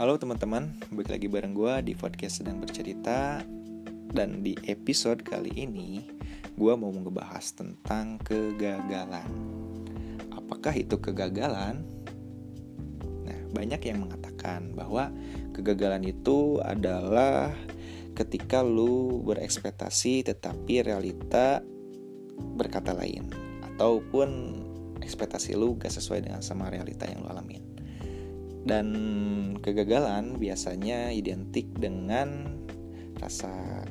Halo teman-teman, balik lagi bareng gue di podcast Sedang Bercerita. Dan di episode kali ini gue mau ngebahas tentang kegagalan. Apakah itu kegagalan? Nah, banyak yang mengatakan bahwa kegagalan itu adalah ketika lu berekspektasi tetapi realita berkata lain, ataupun ekspektasi lu gak sesuai dengan sama realita yang lu alamin. Dan kegagalan biasanya identik dengan rasa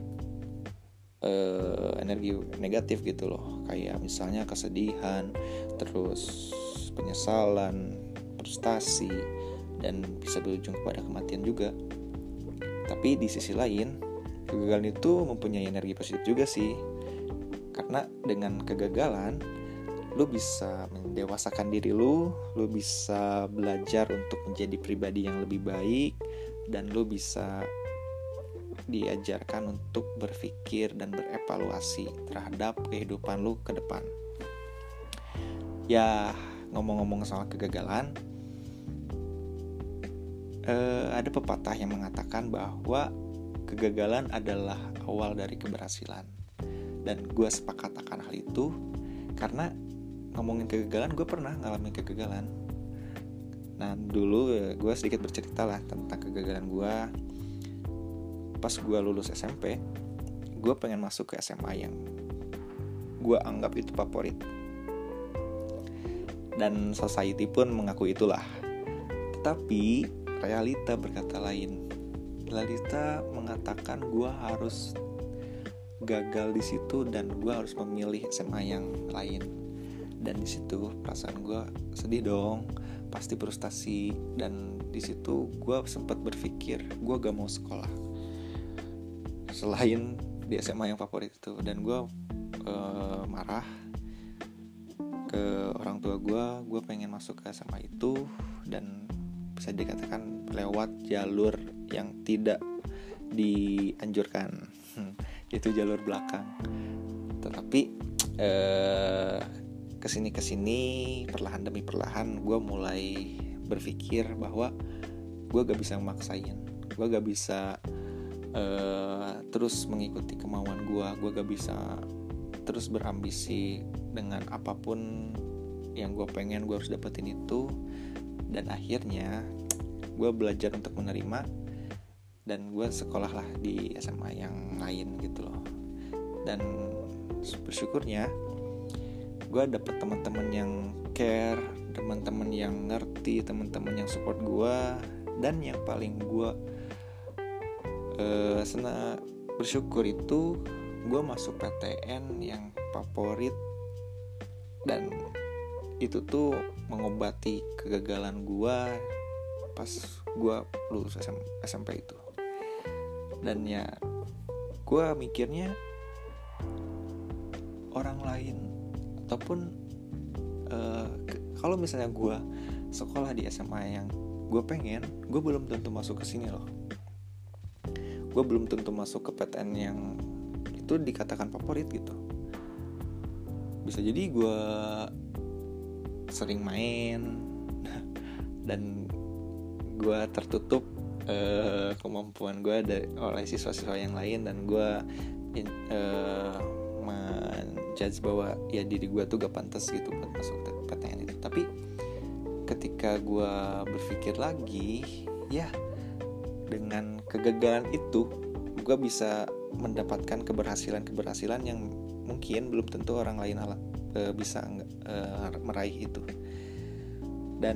energi negatif gitu loh. Kayak misalnya kesedihan, terus penyesalan, frustasi, dan bisa berujung kepada kematian juga. Tapi di sisi lain, kegagalan itu mempunyai energi positif juga sih. Karena dengan kegagalan lu bisa mendewasakan diri lu bisa belajar untuk menjadi pribadi yang lebih baik, dan lu bisa diajarkan untuk berpikir dan berevaluasi terhadap kehidupan lu ke depan. Ya, ngomong-ngomong soal kegagalan, ada pepatah yang mengatakan bahwa kegagalan adalah awal dari keberhasilan. Dan gue sepakat akan hal itu, karena ngomongin kegagalan, gue pernah ngalamin kegagalan. Nah, dulu gue sedikit bercerita lah tentang kegagalan gue. Pas gue lulus SMP, gue pengen masuk ke SMA yang gue anggap itu favorit, dan society pun mengaku itulah. Tetapi realita berkata lain. Realita mengatakan gue harus gagal di situ dan gue harus memilih SMA yang lain. Dan di situ perasaan gue sedih dong, pasti frustasi. Dan di situ gue sempat berpikir gue gak mau sekolah selain di SMA yang favorit itu. Dan gue marah ke orang tua gue pengen masuk ke SMA itu, dan bisa dikatakan lewat jalur yang tidak dianjurkan, yaitu jalur belakang. Tetapi kesini perlahan demi perlahan gue mulai berpikir bahwa gue gak bisa memaksain, gue gak bisa terus mengikuti kemauan gue gak bisa terus berambisi dengan apapun yang gue pengen, gue harus dapetin itu. Dan akhirnya gue belajar untuk menerima, dan gue sekolah lah di SMA yang lain gitu loh. Dan bersyukurnya gue dapet teman-teman yang care, teman-teman yang ngerti, teman-teman yang support gue. Dan yang paling gue bersyukur itu gue masuk PTN yang favorit, dan itu tuh mengobati kegagalan gue pas gue lulus SMP itu. Dan ya gue mikirnya orang lain, ataupun kalau misalnya gue sekolah di SMA yang gue pengen, gue belum tentu masuk ke sini loh. Gue belum tentu masuk ke PTN yang itu dikatakan favorit gitu. Bisa jadi gue sering main dan gue tertutup kemampuan gue oleh siswa-siswa yang lain, dan gue menjudge bahwa ya diri gue tuh gak pantas gitu buat masuk PTN itu. Tapi ketika gue berpikir lagi, ya dengan kegagalan itu gue bisa mendapatkan keberhasilan yang mungkin belum tentu orang lain bisa meraih itu. Dan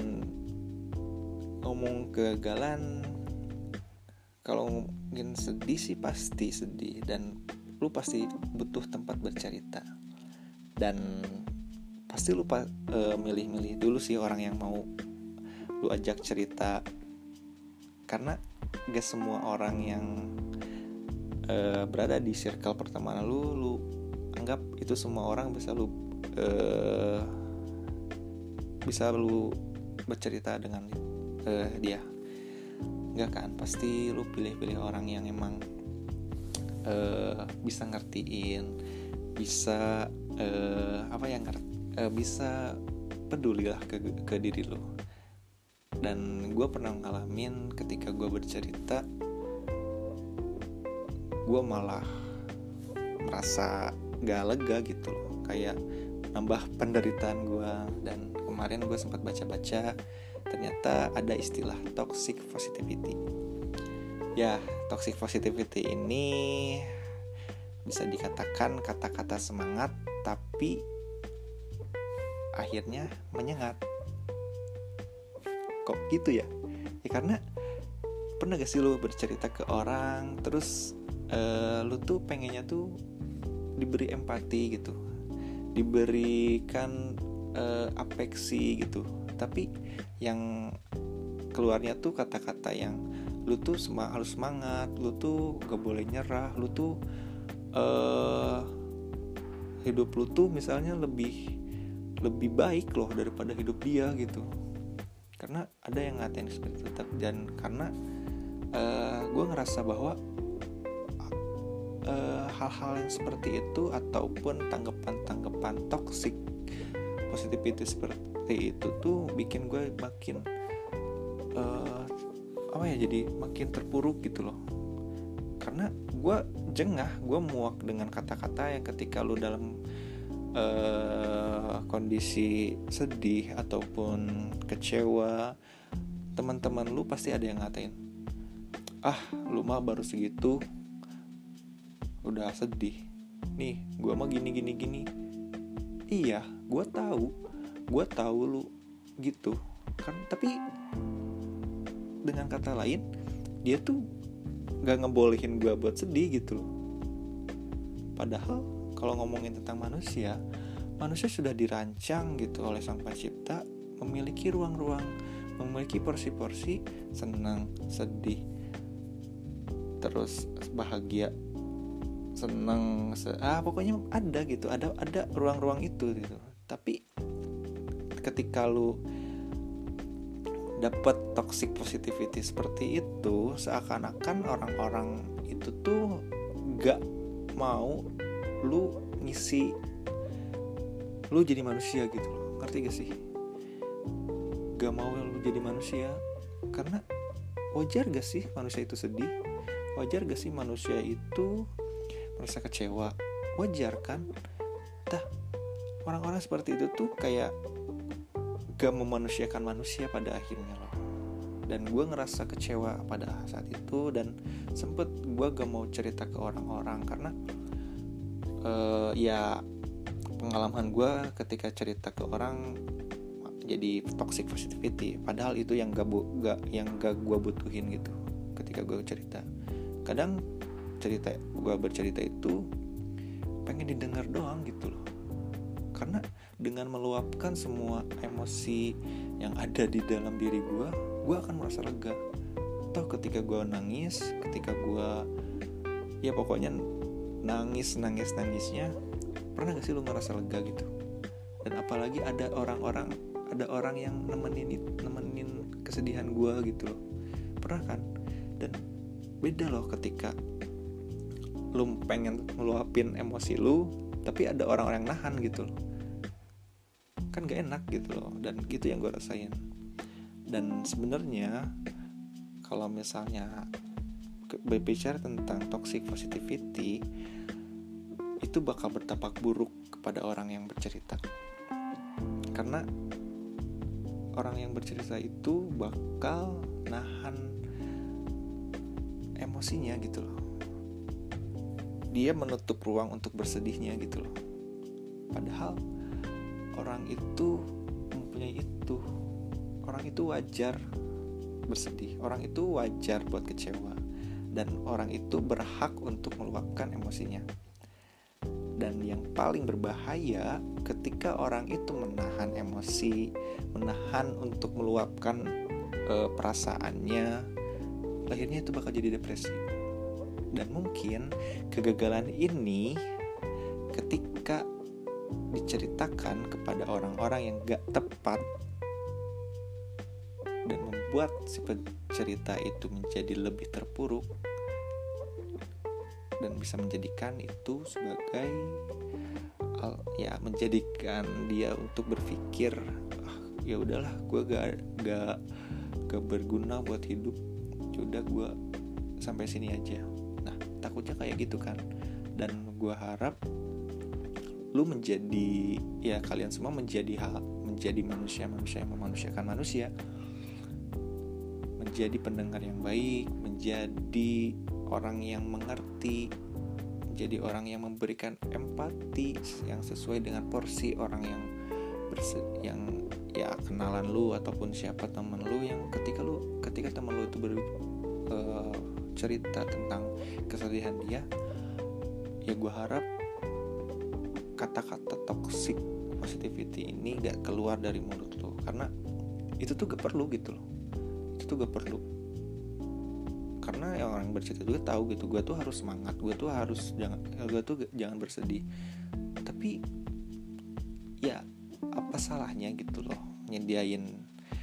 ngomong kegagalan, kalau mungkin sedih sih pasti sedih, dan lu pasti butuh tempat bercerita, dan pasti lu milih-milih dulu sih orang yang mau lu ajak cerita. Karena gak semua orang yang berada di circle pertemanan lu anggap itu semua orang bisa lu bercerita dengan dia. Enggak kan, pasti lu pilih-pilih orang yang emang bisa ngertiin, bisa bisa peduli lah ke diri lu. Dan gue pernah ngalamin ketika gue bercerita, gue malah merasa gak lega gitu loh, kayak nambah penderitaan gue. Dan kemarin gue sempat baca-baca, ternyata ada istilah toxic positivity. Ya, toxic positivity ini bisa dikatakan kata-kata semangat tapi akhirnya menyengat. Kok gitu ya? Ya karena pernah gak sih lu bercerita ke orang, terus lu tuh pengennya tuh diberi empati gitu, diberikan afeksi gitu, tapi yang keluarnya tuh kata-kata yang lu tuh harus semangat, lu tuh gak boleh nyerah, lu tuh hidup lu tuh misalnya lebih baik loh daripada hidup dia gitu. Karena ada yang ngatain seperti itu. Dan karena gue ngerasa bahwa hal-hal yang seperti itu ataupun tanggapan toxic positivity seperti itu tuh bikin gue makin jadi makin terpuruk gitu loh. Karena gue jengah, gue muak dengan kata-kata yang ketika lu dalam kondisi sedih ataupun kecewa, teman-teman lu pasti ada yang ngatain, lu mah baru segitu udah sedih nih, gue mah gini. Iya, gue tahu lu gitu kan, tapi dengan kata lain dia tuh gak ngebolehin gue buat sedih gitu loh. Padahal kalau ngomongin tentang manusia sudah dirancang gitu oleh Sang Pencipta, memiliki ruang-ruang, memiliki porsi-porsi senang, sedih, terus bahagia, senang, pokoknya ada gitu, ada ruang-ruang itu gitu. Tapi ketika lu dapat toxic positivity seperti itu, seakan-akan orang-orang itu tuh gak mau lu ngisi lu jadi manusia gitu loh. Ngerti gak sih? Gak mau lu jadi manusia. Karena wajar gak sih manusia itu sedih? Wajar gak sih manusia itu merasa kecewa? Wajar kan? Orang-orang seperti itu tuh kayak gak memanusiakan manusia pada akhirnya loh. Dan gue ngerasa kecewa pada saat itu, dan sempet gue gak mau cerita ke orang-orang karena pengalaman gue ketika cerita ke orang jadi toxic positivity. Padahal itu yang gak gue butuhin gitu. Ketika gue cerita, kadang gue bercerita itu pengen didengar doang gitu loh. Karena dengan meluapkan semua emosi yang ada di dalam diri gue akan merasa lega. Toh ketika gue nangis, ketika gue pokoknya nangisnya, pernah gak sih lu ngerasa lega gitu? Dan apalagi ada orang yang nemenin kesedihan gue gitu loh. Pernah kan? Dan beda loh ketika lu pengen ngeluapin emosi lu, tapi ada orang-orang yang nahan gitu loh. Kan gak enak gitu loh. Dan gitu yang gue rasain. Dan sebenarnya kalau misalnya berbicara tentang toxic positivity, itu bakal berdampak buruk kepada orang yang bercerita. Karena orang yang bercerita itu bakal nahan emosinya gitu loh. Dia menutup ruang untuk bersedihnya gitu loh. Padahal orang itu mempunyai itu. Orang itu wajar bersedih. Orang itu wajar buat kecewa. Dan orang itu berhak untuk meluapkan emosinya. Dan yang paling berbahaya ketika orang itu menahan emosi, menahan untuk meluapkan perasaannya, akhirnya itu bakal jadi depresi. Dan mungkin kegagalan ini ketika diceritakan kepada orang-orang yang gak tepat dan membuat si pencerita itu menjadi lebih terpuruk dan bisa menjadikan itu sebagai menjadikan dia untuk berpikir, ya udahlah, gue gak gak berguna buat hidup, udah gue sampai sini aja. Nah, takutnya kayak gitu kan. Dan gue harap lu menjadi, ya kalian semua menjadi manusia yang memanusiakan manusia, menjadi pendengar yang baik, menjadi orang yang mengerti, menjadi orang yang memberikan empati yang sesuai dengan porsi orang yang ya kenalan lu ataupun siapa temen lu, yang ketika temen lu itu cerita tentang kesedihan dia, ya gue harap kata-kata toxic positivity ini gak keluar dari mulut lu, karena itu tuh gak perlu gitu loh. Itu tuh gak perlu, karena yang orang bercerita juga tahu gitu, gue tuh harus semangat, gue tuh jangan bersedih. Tapi ya apa salahnya gitu loh nyediain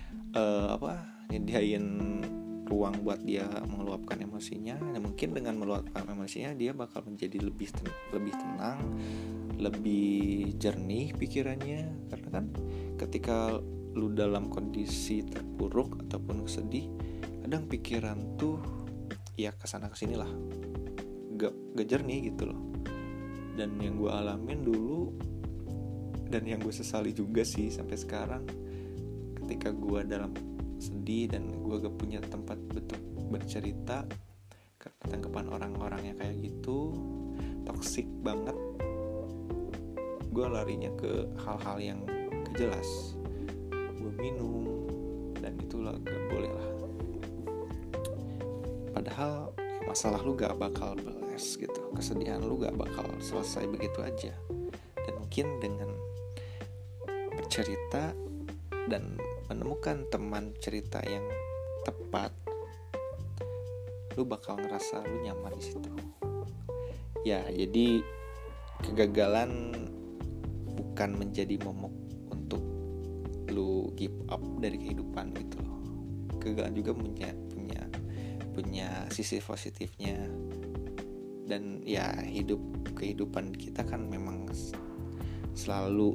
ruang buat dia meluapkan emosinya. Nah, mungkin dengan meluapkan emosinya dia bakal menjadi lebih tenang, lebih jernih pikirannya. Karena kan ketika lu dalam kondisi terpuruk ataupun sedih, kadang pikiran tuh ya kesana kesini lah, gak jernih gitu loh. Dan yang gue alamin dulu, dan yang gue sesali juga sih sampai sekarang, ketika gue dalam sedih dan gue gak punya tempat betul bercerita karena tanggapan orang-orang yang kayak gitu toksik banget, gue larinya ke hal-hal yang gak jelas. Gue minum, dan itulah gak boleh lah. Padahal masalah lu gak bakal beres gitu, kesedihan lu gak bakal selesai begitu aja. Dan mungkin dengan bercerita dan menemukan teman cerita yang tepat, lu bakal ngerasa lu nyaman di situ. Ya, jadi kegagalan bukan menjadi momok untuk lu give up dari kehidupan gitu loh. Kegagalan juga punya sisi positifnya. Dan ya kehidupan kita kan memang selalu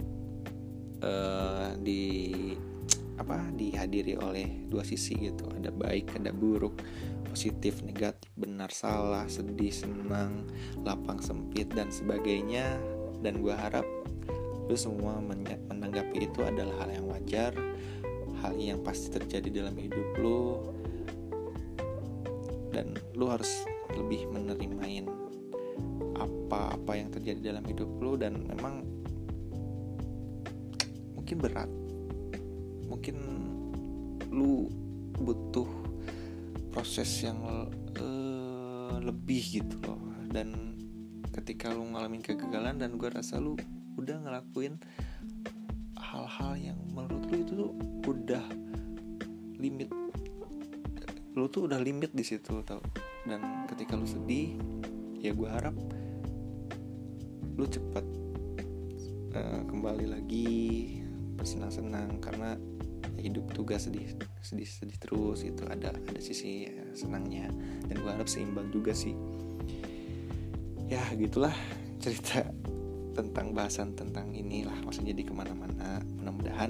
dihadiri oleh dua sisi gitu. Ada baik, ada buruk, positif, negatif, benar, salah, sedih, senang, lapang, sempit, dan sebagainya. Dan gue harap lu semua menanggapi itu adalah hal yang wajar, hal yang pasti terjadi dalam hidup lu, dan lu harus lebih menerimain apa yang terjadi dalam hidup lu. Dan memang mungkin berat, mungkin lu butuh proses yang lebih gitu loh. Dan ketika lu ngalamin kegagalan, dan gue rasa lu udah ngelakuin hal-hal yang menurut lu itu tuh udah limit, lu tuh udah limit di situ tau. Dan ketika lu sedih, ya gue harap lu cepat kembali lagi bersenang-senang, karena hidup tuh gak sedih terus gitu. Ada sisi senangnya, dan gue harap seimbang juga sih. Ya gitulah cerita tentang bahasan tentang inilah, maksudnya di kemana-mana. Mudah-mudahan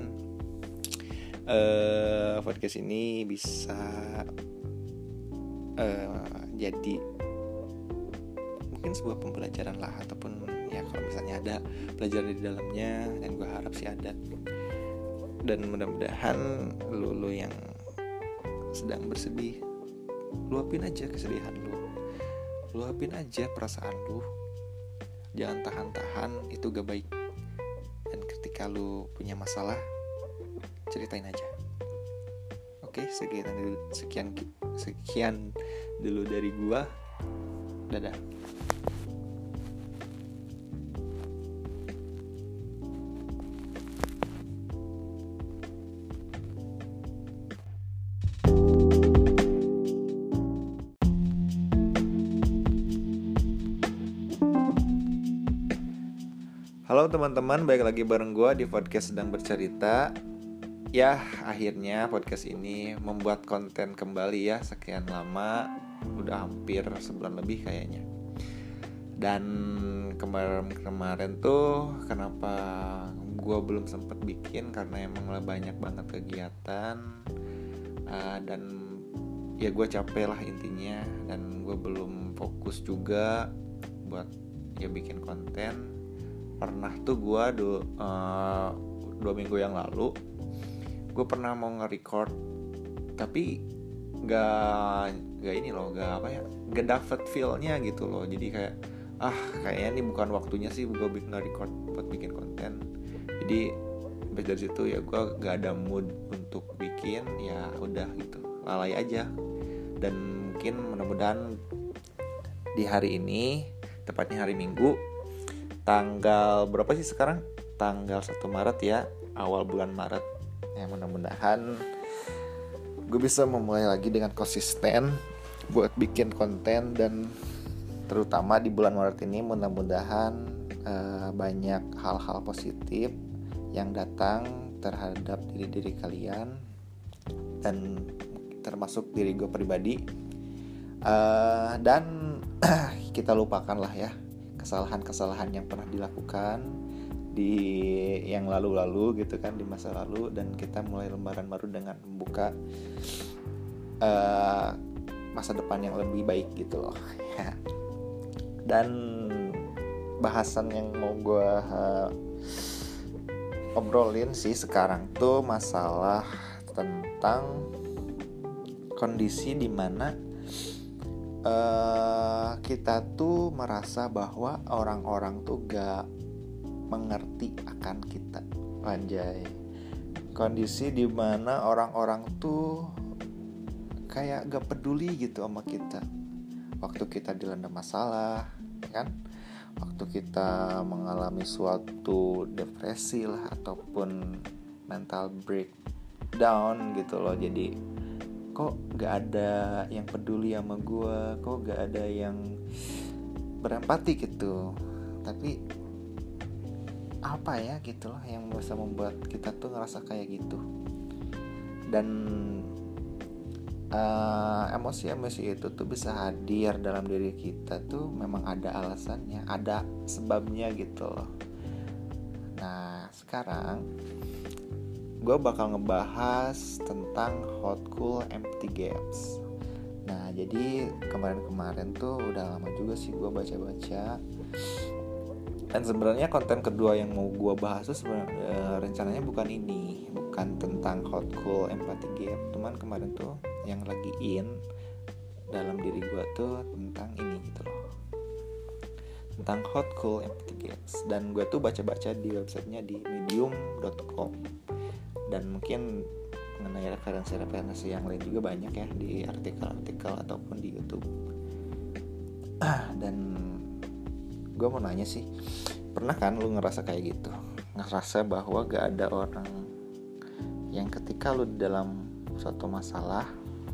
podcast ini bisa jadi mungkin sebuah pembelajaran lah, ataupun ya kalau misalnya ada pelajaran di dalamnya, dan gue harap sih ada. Dan mudah-mudahan lu yang sedang bersedih, luapin aja kesedihan lu, luapin aja perasaan lu, jangan tahan-tahan, itu gak baik. Dan ketika lu punya masalah, ceritain aja. Oke, sekian dulu dari gua. Dadah. Halo teman-teman, balik lagi bareng gue di podcast sedang bercerita. Ya, akhirnya podcast ini membuat konten kembali ya. Sekian lama, udah hampir sebulan lebih kayaknya. Dan kemarin tuh kenapa gue belum sempet bikin, karena emang banyak banget kegiatan. Dan ya gue capek lah intinya, dan gue belum fokus juga buat ya bikin konten. Pernah tuh gue 2 minggu yang lalu gue pernah mau nge-record, tapi gak ini loh, gak dapet feel-nya gitu loh. Jadi kayak kayaknya ini bukan waktunya sih gue nge-record buat bikin konten. Jadi habis dari situ ya gue gak ada mood untuk bikin, ya udah gitu, lalai aja. Dan mungkin mudah-mudahan di hari ini, tepatnya hari Minggu, tanggal berapa sih sekarang? Tanggal 1 Maret ya, awal bulan Maret. Ya mudah-mudahan gue bisa memulai lagi dengan konsisten buat bikin konten, dan terutama di bulan Maret ini mudah-mudahan banyak hal-hal positif yang datang terhadap diri kalian dan termasuk diri gue pribadi. Dan kita lupakan lah ya kesalahan-kesalahan yang pernah dilakukan di yang lalu-lalu gitu kan, di masa lalu, dan kita mulai lembaran baru dengan membuka masa depan yang lebih baik gitu loh. Dan bahasan yang mau gue obrolin sih sekarang tuh masalah tentang kondisi dimana kita tuh merasa bahwa orang-orang tuh gak mengerti akan kita. Anjay. Kondisi dimana orang-orang tuh kayak gak peduli gitu sama kita waktu kita dilanda masalah, kan? Waktu kita mengalami suatu depresi lah, ataupun mental breakdown gitu loh. Jadi kok gak ada yang peduli sama gue, kok gak ada yang berempati gitu. Tapi apa ya gitu loh yang bisa membuat kita tuh ngerasa kayak gitu. Dan emosi-emosi itu tuh bisa hadir dalam diri kita tuh memang ada alasannya, ada sebabnya gitu loh. Nah sekarang gue bakal ngebahas tentang hot, cool, empty gaps. Nah jadi kemarin tuh udah lama juga sih gue baca-baca. Dan sebenarnya konten kedua yang mau gue bahas tuh sebenarnya rencananya bukan ini, bukan tentang hot, cool, empty gap. Cuman kemarin tuh yang lagi in dalam diri gue tuh tentang ini gitu loh, tentang hot, cool, empty gaps. Dan gue tuh baca-baca di websitenya di medium.com, dan mungkin mengenai referensi yang lain juga banyak ya di artikel-artikel ataupun di YouTube. Dan gue mau nanya sih, pernah kan lu ngerasa kayak gitu? Ngerasa bahwa gak ada orang yang ketika lu dalam suatu masalah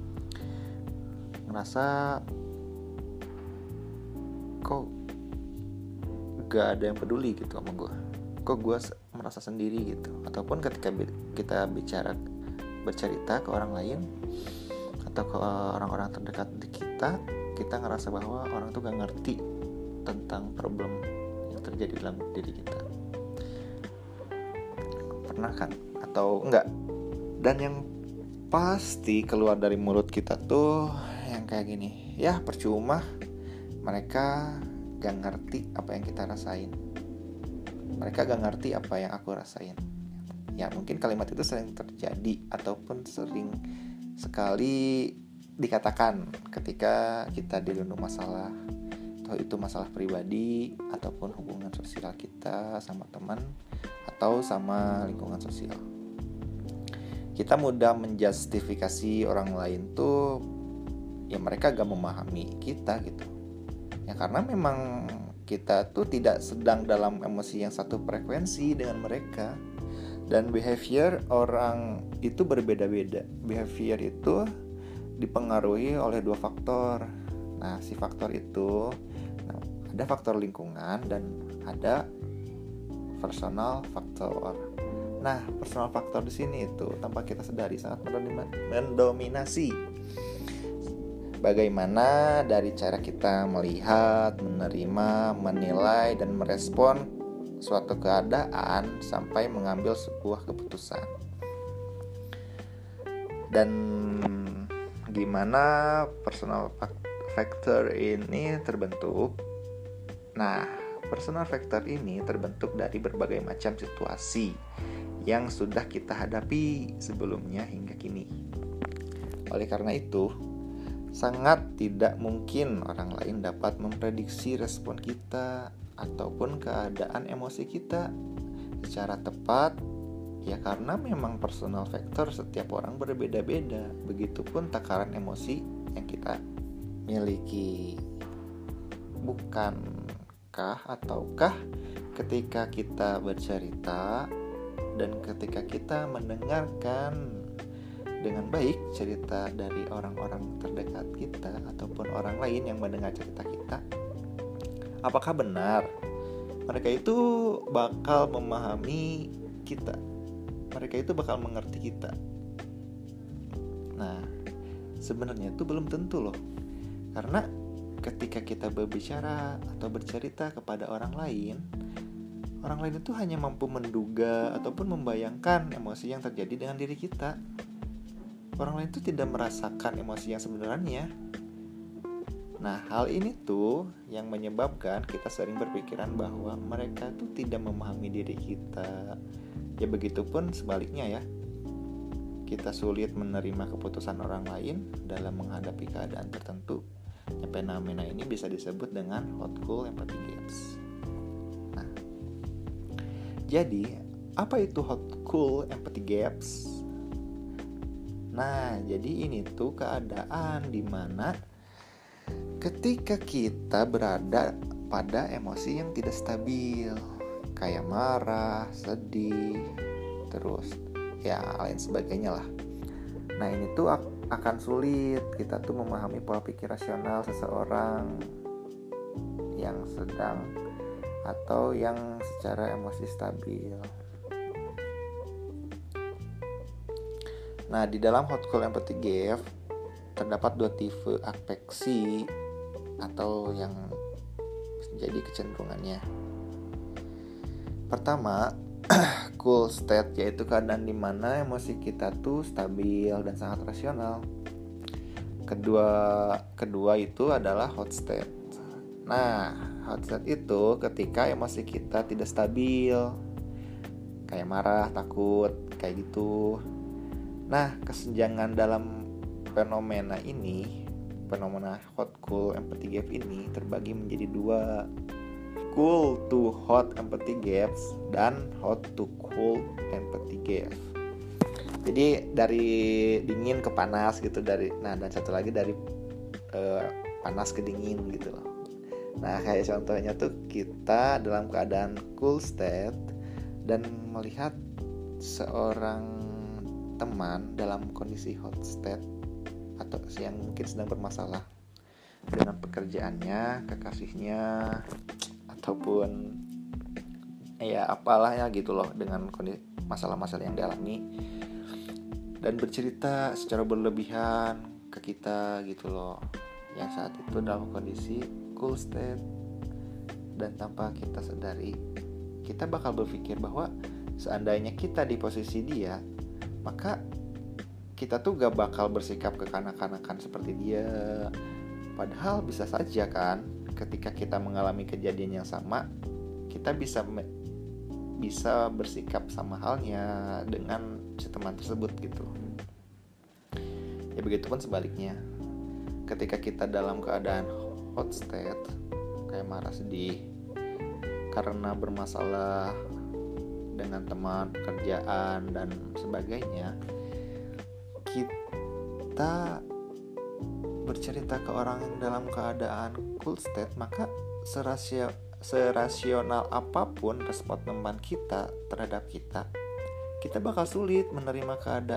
ngerasa kok gak ada yang peduli gitu sama gue, kok gue merasa sendiri gitu. Ataupun ketika kita bercerita ke orang lain atau ke orang-orang terdekat di kita ngerasa bahwa orang tuh gak ngerti tentang problem yang terjadi dalam diri kita. Pernah kan? Atau enggak? Dan yang pasti keluar dari mulut kita tuh yang kayak gini, ya percuma, mereka gak ngerti apa yang kita rasain, mereka gak ngerti apa yang aku rasain. Ya mungkin kalimat itu sering terjadi ataupun sering sekali dikatakan ketika kita dilanda masalah, itu masalah pribadi ataupun hubungan sosial kita sama teman atau sama lingkungan sosial. Kita mudah menjustifikasi orang lain tuh ya mereka gak memahami kita gitu. Ya karena memang kita tuh tidak sedang dalam emosi yang satu frekuensi dengan mereka. Dan behavior orang itu berbeda-beda. Behavior itu dipengaruhi oleh 2 faktor. Nah, si faktor itu ada faktor lingkungan dan ada personal faktor. Nah, personal faktor di sini itu tanpa kita sadari sangat mendominasi. Bagaimana dari cara kita melihat, menerima, menilai dan merespon suatu keadaan sampai mengambil sebuah keputusan. Dan gimana personal factor ini terbentuk? Nah, personal factor ini terbentuk dari berbagai macam situasi yang sudah kita hadapi sebelumnya hingga kini. Oleh karena itu, sangat tidak mungkin orang lain dapat memprediksi respon kita ataupun keadaan emosi kita secara tepat, ya karena memang personal factor setiap orang berbeda-beda. Begitupun takaran emosi yang kita miliki. Bukankah ataukah ketika kita bercerita dan ketika kita mendengarkan dengan baik cerita dari orang-orang terdekat kita ataupun orang lain yang mendengar cerita kita, apakah benar mereka itu bakal memahami kita? Mereka itu bakal mengerti kita? Nah, sebenarnya itu belum tentu loh. Karena ketika kita berbicara atau bercerita kepada orang lain itu hanya mampu menduga ataupun membayangkan emosi yang terjadi dengan diri kita. Orang lain itu tidak merasakan emosi yang sebenarnya. Nah, hal ini tuh yang menyebabkan kita sering berpikiran bahwa mereka tuh tidak memahami diri kita. Ya begitupun sebaliknya ya. Kita sulit menerima keputusan orang lain dalam menghadapi keadaan tertentu. Ya, fenomena ini bisa disebut dengan hot cool empathy gaps. Nah, jadi apa itu hot cool empathy gaps? Nah, jadi ini tuh keadaan dimana ketika kita berada pada emosi yang tidak stabil, kayak marah, sedih, terus ya lain sebagainya lah. Nah, ini tuh akan sulit kita tuh memahami pola pikir rasional seseorang yang sedang atau yang secara emosi stabil. Nah, di dalam hot cool empathy gap terdapat dua tipe afeksi atau yang jadi kecenderungannya. Pertama, cool state, yaitu keadaan di mana emosi kita tuh stabil dan sangat rasional. Kedua itu adalah hot state. Nah, hot state itu ketika emosi kita tidak stabil, kayak marah, takut, kayak gitu. Nah, kesenjangan dalam fenomena hot cool empathy gap ini terbagi menjadi dua, cool to hot empathy gaps dan hot to cool empathy gap. Jadi dari dingin ke panas gitu, dan satu lagi dari panas ke dingin gitu loh. Nah, kayak contohnya tuh kita dalam keadaan cool state dan melihat seorang teman dalam kondisi hot state atau yang mungkin sedang bermasalah dengan pekerjaannya, kekasihnya, ataupun ya apalah ya gitu loh, dengan kondisi masalah-masalah yang dialami, dan bercerita secara berlebihan ke kita gitu loh, yang saat itu dalam kondisi cool state. Dan tanpa kita sadari, kita bakal berpikir bahwa seandainya kita di posisi dia, maka kita tuh gak bakal bersikap kekanak-kanakan seperti dia. Padahal bisa saja kan, ketika kita mengalami kejadian yang sama, kita bisa bersikap sama halnya dengan si teman tersebut gitu. Ya begitupun sebaliknya, ketika kita dalam keadaan hot state, kayak marah, sedih karena bermasalah dengan teman, pekerjaan, dan sebagainya, kita bercerita ke orang yang dalam keadaan cool state, maka serasional apapun respon teman kita terhadap kita bakal sulit menerima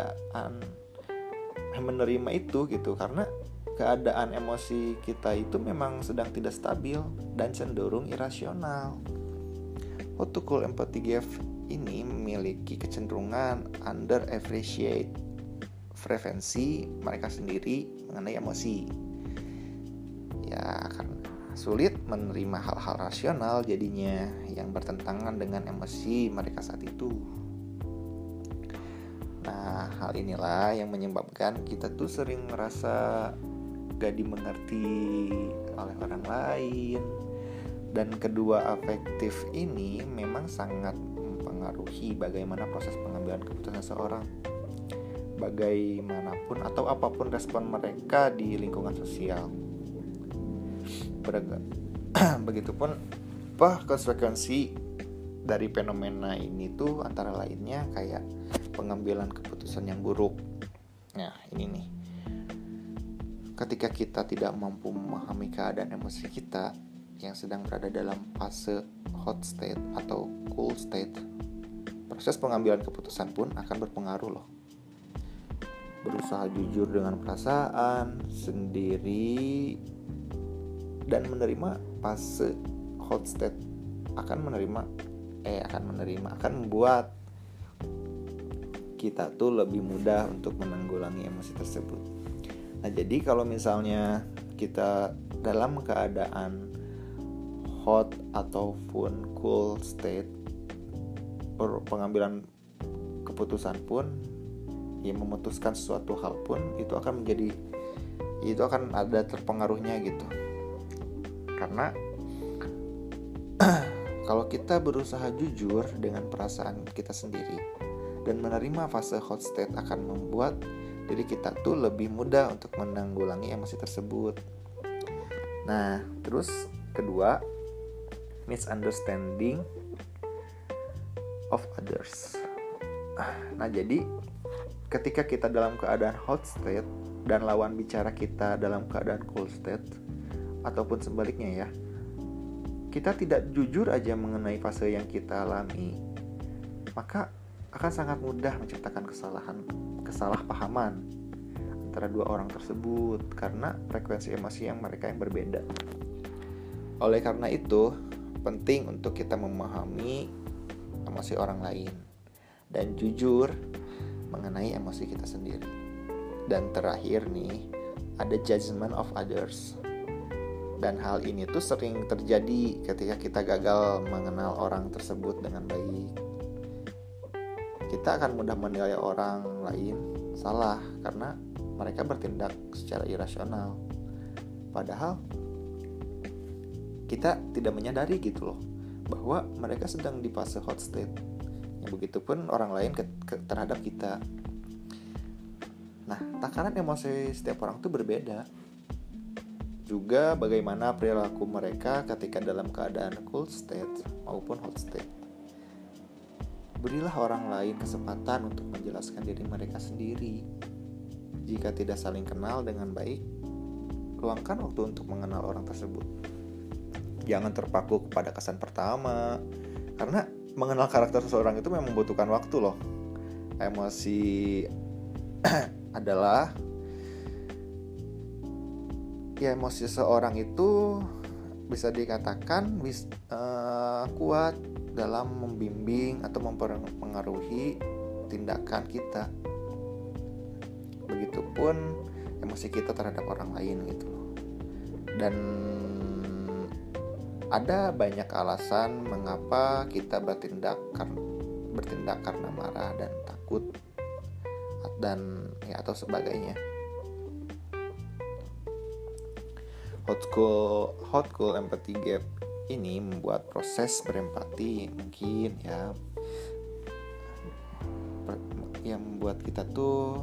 menerima itu gitu, karena keadaan emosi kita itu memang sedang tidak stabil dan cenderung irasional. Hot to cool empathy gap ini memiliki kecenderungan under appreciate frekuensi mereka sendiri mengenai emosi. Ya, karena sulit menerima hal-hal rasional jadinya yang bertentangan dengan emosi mereka saat itu. Nah, hal inilah yang menyebabkan kita tuh sering ngerasa gak dimengerti oleh orang lain. Dan kedua afektif ini memang sangat mempengaruhi bagaimana proses pengambilan keputusan seseorang, bagaimanapun atau apapun respon mereka di lingkungan sosial. Begitupun konsekuensi dari fenomena ini tuh antara lainnya kayak pengambilan keputusan yang buruk. Nah, ini nih. Ketika kita tidak mampu memahami keadaan emosi kita yang sedang berada dalam fase hot state atau cool state, proses pengambilan keputusan pun akan berpengaruh loh. Berusaha jujur dengan perasaan sendiri dan menerima fase hot state akan membuat kita tuh lebih mudah untuk menanggulangi emosi tersebut. Nah, jadi kalau misalnya kita dalam keadaan hot ataupun cool state, pengambilan keputusan pun, memutuskan sesuatu hal pun itu akan ada terpengaruhnya gitu. Karena kalau kita berusaha jujur dengan perasaan kita sendiri dan menerima fase hot state akan membuat diri kita tuh lebih mudah untuk menanggulangi emosi tersebut. Nah, terus kedua, misunderstanding of others. Nah, jadi ketika kita dalam keadaan hot state dan lawan bicara kita dalam keadaan cool state, ataupun sebaliknya ya, kita tidak jujur aja mengenai fase yang kita alami, maka akan sangat mudah menciptakan kesalahpahaman antara dua orang tersebut karena frekuensi emosi yang mereka yang berbeda. Oleh karena itu, penting untuk kita memahami emosi orang lain dan jujur mengenai emosi kita sendiri. Dan terakhir nih, ada judgment of others. Dan hal ini tuh sering terjadi ketika kita gagal mengenal orang tersebut dengan baik. Kita akan mudah menilai orang lain salah karena mereka bertindak secara irasional. Padahal kita tidak menyadari gitu loh bahwa mereka sedang di fase hot state. Ya, begitupun orang lain terhadap kita. Nah, takaran emosi setiap orang itu berbeda. Juga bagaimana perilaku mereka ketika dalam keadaan cool state maupun hot state. Berilah orang lain kesempatan untuk menjelaskan diri mereka sendiri. Jika tidak saling kenal dengan baik, luangkan waktu untuk mengenal orang tersebut. Jangan terpaku kepada kesan pertama, karena mengenal karakter seseorang itu memang membutuhkan waktu loh. Emosi adalah emosi seseorang itu bisa dikatakan kuat dalam membimbing atau mempengaruhi tindakan kita. Begitupun emosi kita terhadap orang lain gitu loh. Dan ada banyak alasan mengapa kita bertindak karena marah dan takut dan atau sebagainya. Hot cool empathy gap ini membuat proses berempati mungkin yang membuat kita tuh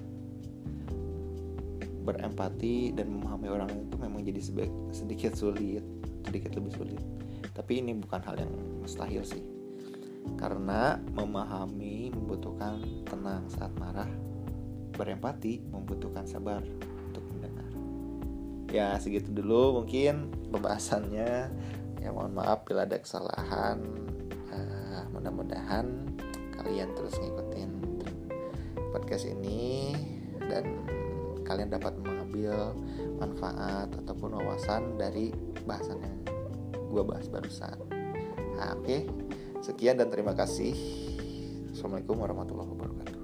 berempati dan memahami orang itu memang jadi sedikit lebih sulit. Tapi ini bukan hal yang mustahil sih, karena memahami membutuhkan tenang saat marah, berempati membutuhkan sabar untuk mendengar. Ya, segitu dulu mungkin pembahasannya. Ya, mohon maaf bila ada kesalahan. Mudah-mudahan kalian terus ngikutin podcast ini dan kalian dapat mengambil manfaat ataupun wawasan dari bahasan yang gue bahas barusan. Oke. Sekian dan terima kasih. Assalamualaikum warahmatullahi wabarakatuh.